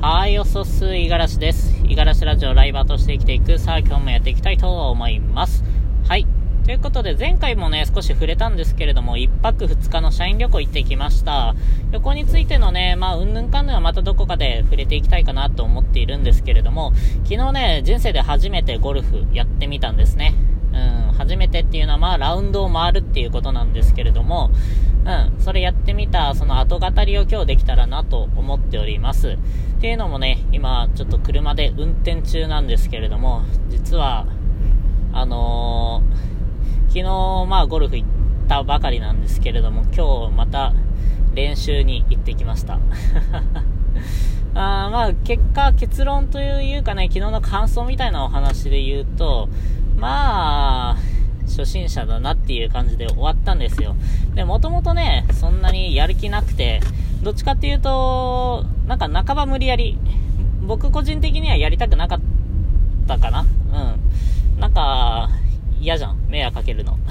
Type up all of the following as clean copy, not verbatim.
はい、おそす、いがらしです。いがらしラジオライバーとして生きていく。さあ、今日もやっていきたいと思います。はい。ということで、前回もね、少し触れたんですけれども、1泊2日の社員旅行行ってきました。旅行についてのね、うんぬんかんぬんはまたどこかで触れていきたいかなと思っているんですけれども、昨日ね、人生で初めてゴルフやってみたんですね。初めてっていうのはラウンドを回るっていうことなんですけれども、それやってみた、その後語りを今日できたらなと思っております。っていうのもね、今ちょっと車で運転中なんですけれども、実は、昨日ゴルフ行ったばかりなんですけれども、今日また練習に行ってきました。結論というかね、昨日の感想みたいなお話で言うと、初心者だなっていう感じで終わったんですよ。で、もともとね、そんなにやる気なくて、どっちかっていうと、半ば無理やり、僕個人的にはやりたくなかったかな。嫌じゃん、迷惑かけるの。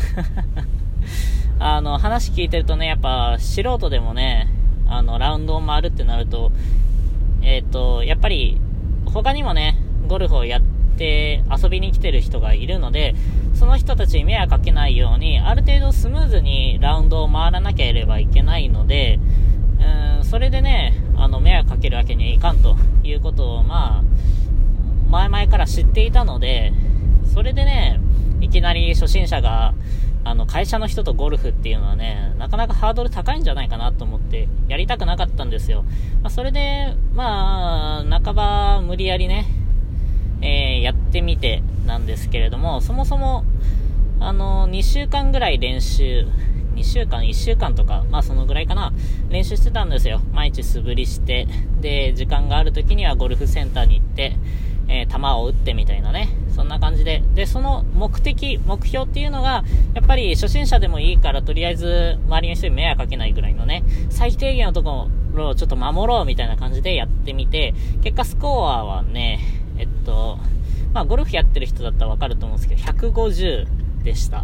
話聞いてるとね、やっぱ素人でもね、ラウンドを回るってなると、やっぱり他にもね、ゴルフをやって遊びに来てる人がいるので、その人たちに迷惑かけないように、ある程度スムーズにラウンドを回らなければいけないので、それでね、迷惑かけるわけにはいかんということを、前々から知っていたので、それでね、いきなり初心者が、会社の人とゴルフっていうのはね、なかなかハードル高いんじゃないかなと思って、やりたくなかったんですよ。それで、半ば無理やりね、やってみてなんですけれども、そもそも、2週間ぐらい練習、2週間、1週間とか、そのぐらいかな、練習してたんですよ。毎日素振りして、で、時間がある時にはゴルフセンターに行って、球を打ってみたいなね、そんな感じで、その目標っていうのが、やっぱり初心者でもいいから、とりあえず周りの人に迷惑かけないぐらいのね、最低限のところをちょっと守ろうみたいな感じでやってみて、結果スコアはね、ゴルフやってる人だったらわかると思うんですけど、150でした。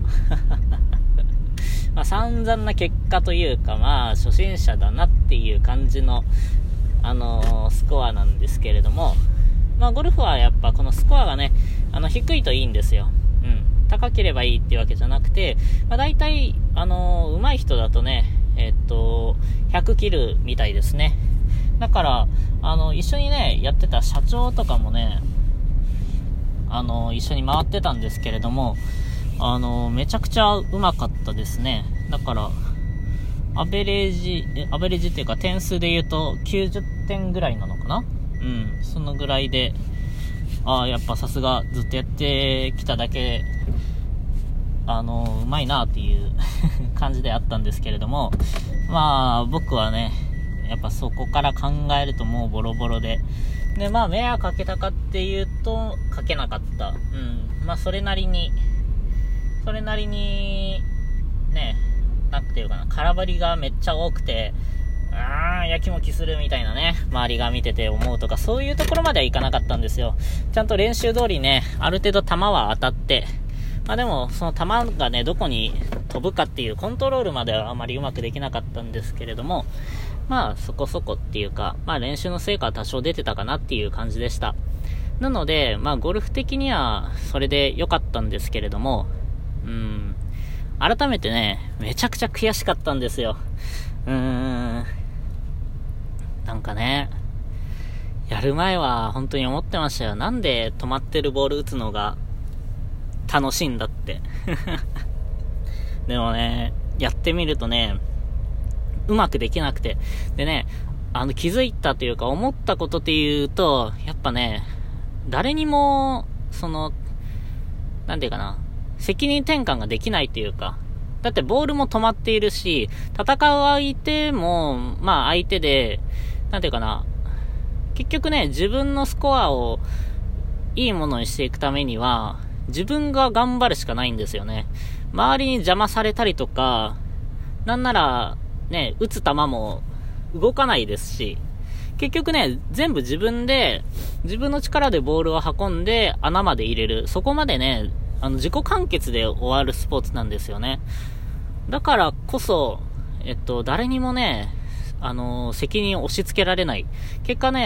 散々な結果というか、初心者だなっていう感じの、スコアなんですけれども、ゴルフはやっぱこのスコアがね、低いといいんですよ。高ければいいっていうわけじゃなくて、大体、上手い人だとね、100切るみたいですね。だから、一緒にね、やってた社長とかもね、一緒に回ってたんですけれども、めちゃくちゃ上手かったですね。だから、アベレージっていうか点数で言うと90点ぐらいなのかな？そのぐらいで、やっぱさすがずっとやってきただけ、うまいなっていう感じであったんですけれども、僕はね、やっぱそこから考えるともうボロボロで、迷惑かけたかっていうと、かけなかった。それなりに、ね、なんていうかな、空振りがめっちゃ多くて、やきもきするみたいなね、周りが見てて思うとか、そういうところまではいかなかったんですよ。ちゃんと練習通りね、ある程度球は当たって、でも、その球がね、どこに飛ぶかっていうコントロールまではあまりうまくできなかったんですけれども、そこそこっていうか、練習の成果は多少出てたかなっていう感じでした。なので、ゴルフ的にはそれで良かったんですけれども、改めてね、めちゃくちゃ悔しかったんですよ。やる前は本当に思ってましたよ。なんで止まってるボール打つのが楽しいんだって。でもね、やってみるとね、うまくできなくて。でね、気づいたというか思ったことっていうと、やっぱね、誰にも、なんていうかな、責任転換ができないというか、だってボールも止まっているし、戦う相手も、相手で、なんていうかな、結局ね、自分のスコアをいいものにしていくためには、自分が頑張るしかないんですよね。周りに邪魔されたりとか、なんなら、ね、打つ球も動かないですし、結局ね、全部自分の力でボールを運んで穴まで入れる。そこまでね、自己完結で終わるスポーツなんですよね。だからこそ、誰にもね、責任を押し付けられない。結果ね、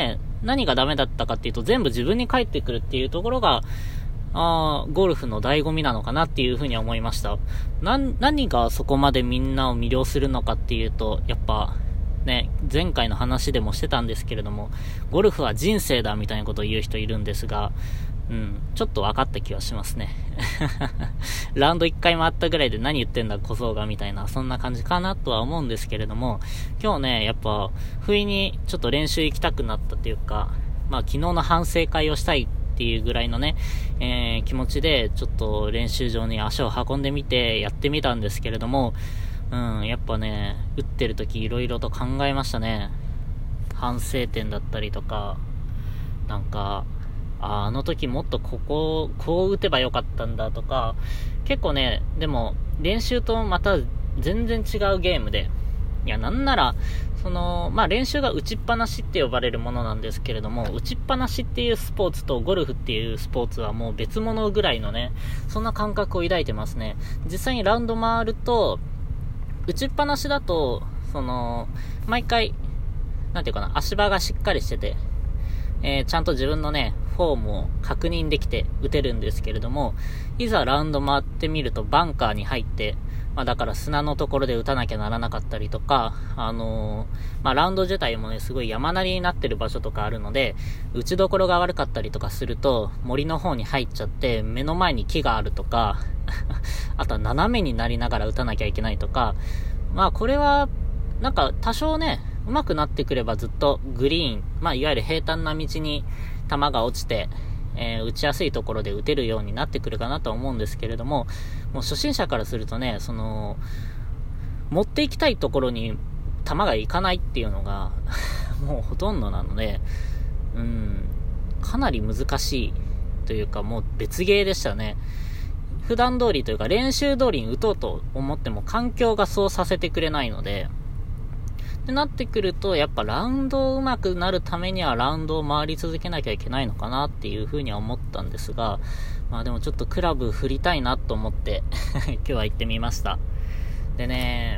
何がダメだったかっていうと、全部自分に返ってくるっていうところが、ゴルフの醍醐味なのかなっていうふうには思いました。何がそこまでみんなを魅了するのかっていうと、やっぱ、ね、前回の話でもしてたんですけれども、ゴルフは人生だみたいなことを言う人いるんですが、ちょっと分かった気はしますね。ラウンド1回回ったぐらいで何言ってんだ小僧がみたいな、そんな感じかなとは思うんですけれども、今日ね、やっぱ、不意にちょっと練習行きたくなったというか、昨日の反省会をしたいっていうぐらいのね、気持ちで、ちょっと練習場に足を運んでみてやってみたんですけれども、やっぱね、打ってる時いろいろと考えましたね。反省点だったりとか、なんか、あの時もっとこう打てばよかったんだとか、結構ね、でも練習とまた全然違うゲームで、いやなんなら、練習が打ちっぱなしって呼ばれるものなんですけれども、打ちっぱなしっていうスポーツとゴルフっていうスポーツはもう別物ぐらいのね、そんな感覚を抱いてますね。実際にラウンド回ると、打ちっぱなしだと、毎回、なんていうかな、足場がしっかりしてて、ちゃんと自分のね、フォームを確認できて打てるんですけれども、いざラウンド回ってみるとバンカーに入って、だから砂のところで打たなきゃならなかったりとか、ラウンド自体もね、すごい山なりになってる場所とかあるので、打ちどころが悪かったりとかすると、森の方に入っちゃって、目の前に木があるとか、あとは斜めになりながら打たなきゃいけないとか、これは、なんか多少ね、上手くなってくればずっとグリーン、いわゆる平坦な道に球が落ちて、打ちやすいところで打てるようになってくるかなと思うんですけれども、もう初心者からするとね、持っていきたいところに球がいかないっていうのがもうほとんどなので、かなり難しいというか、もう別ゲーでしたね。普段通りというか練習通りに打とうと思っても環境がそうさせてくれないので、ってなってくると、やっぱラウンド上手くなるためにはラウンドを回り続けなきゃいけないのかなっていうふうには思ったんですが、でもちょっとクラブ振りたいなと思って今日は行ってみました。でね、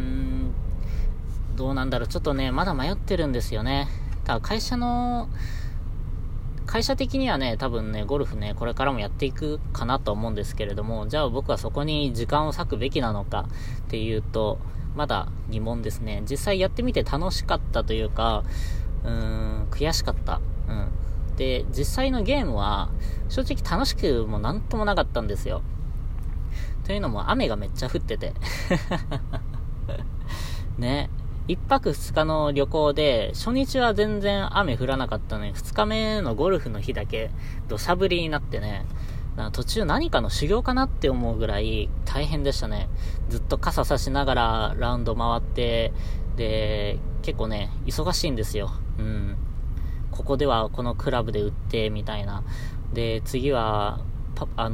どうなんだろう、ちょっとね、まだ迷ってるんですよね。ただ会社的にはね、多分ね、ゴルフね、これからもやっていくかなと思うんですけれども、じゃあ僕はそこに時間を割くべきなのかっていうと、まだ疑問ですね。実際やってみて楽しかったというか、悔しかった。で、実際のゲームは、正直楽しくもなんともなかったんですよ。というのも雨がめっちゃ降ってて。ね。1泊2日の旅行で、初日は全然雨降らなかったのに、2日目のゴルフの日だけ、土砂降りになってね、途中何かの修行かなって思うぐらい大変でしたね。ずっと傘差しながらラウンド回って、で、結構ね、忙しいんですよ。ここではこのクラブで打って、みたいな。で、次は、パタ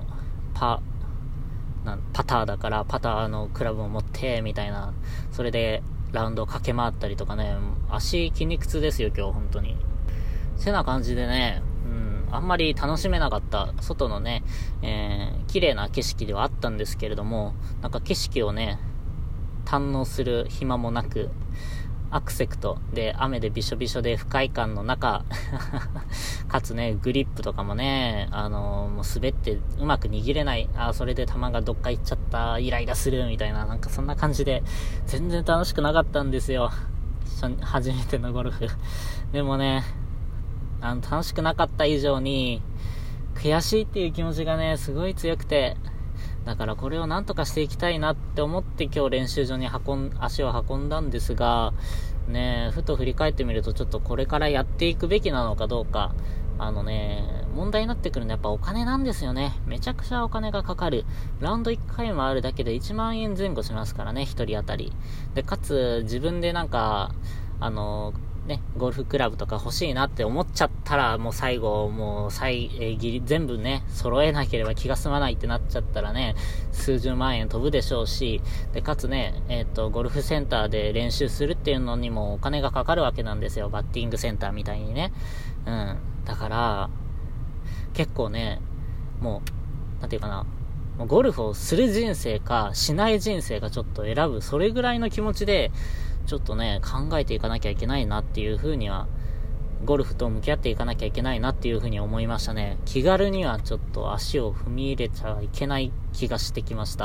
ーだから、パターのクラブを持って、みたいな。それで、ラウンドを駆け回ったりとかね、足筋肉痛ですよ、今日、本当に。てな感じでね、あんまり楽しめなかった外のね、綺麗な景色ではあったんですけれども、なんか景色をね、堪能する暇もなく、アクセクトで雨でびしょびしょで不快感の中かつね、グリップとかもね、もう滑ってうまく握れない、それで球がどっか行っちゃった、イライラするみたいな、なんかそんな感じで全然楽しくなかったんですよ、初めてのゴルフ。でもね、楽しくなかった以上に悔しいっていう気持ちがね、すごい強くて、だからこれをなんとかしていきたいなって思って今日練習場に足を運んだんですが、ね、ふと振り返ってみるとちょっとこれからやっていくべきなのかどうか、問題になってくるのはやっぱお金なんですよね。めちゃくちゃお金がかかる。ラウンド1回回るだけで1万円前後しますからね、1人当たり。で、かつ自分でなんか、ゴルフクラブとか欲しいなって思っちゃったら、もう最後、全部ね、揃えなければ気が済まないってなっちゃったらね、数十万円飛ぶでしょうし、で、かつね、ゴルフセンターで練習するっていうのにもお金がかかるわけなんですよ。バッティングセンターみたいにね。だから、結構ね、もう、なんていうかな、ゴルフをする人生か、しない人生かちょっと選ぶ、それぐらいの気持ちで、ちょっとね、考えていかなきゃいけないなっていう風にはゴルフと向き合っていかなきゃいけないなっていうふうに思いましたね。気軽にはちょっと足を踏み入れちゃいけない気がしてきました。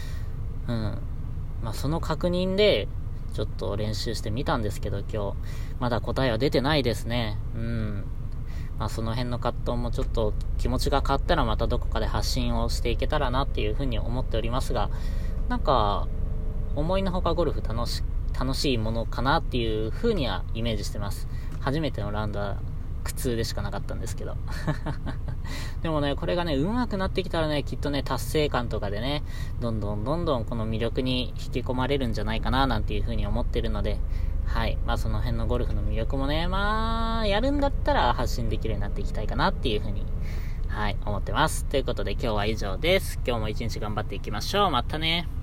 その確認で、ちょっと練習してみたんですけど、今日、まだ答えは出てないですね。その辺の葛藤もちょっと気持ちが変わったらまたどこかで発信をしていけたらなっていうふうに思っておりますが、なんか、思いのほかゴルフ楽しいものかなっていうふうにはイメージしてます。初めてのラウンドは苦痛でしかなかったんですけど。でもね、これがね、上手くなってきたらね、きっとね、達成感とかでね、どんどんこの魅力に引き込まれるんじゃないかな、なんていう風に思ってるので、はい。その辺のゴルフの魅力もね、やるんだったら発信できるようになっていきたいかなっていう風に、はい、思ってます。ということで今日は以上です。今日も一日頑張っていきましょう。またね。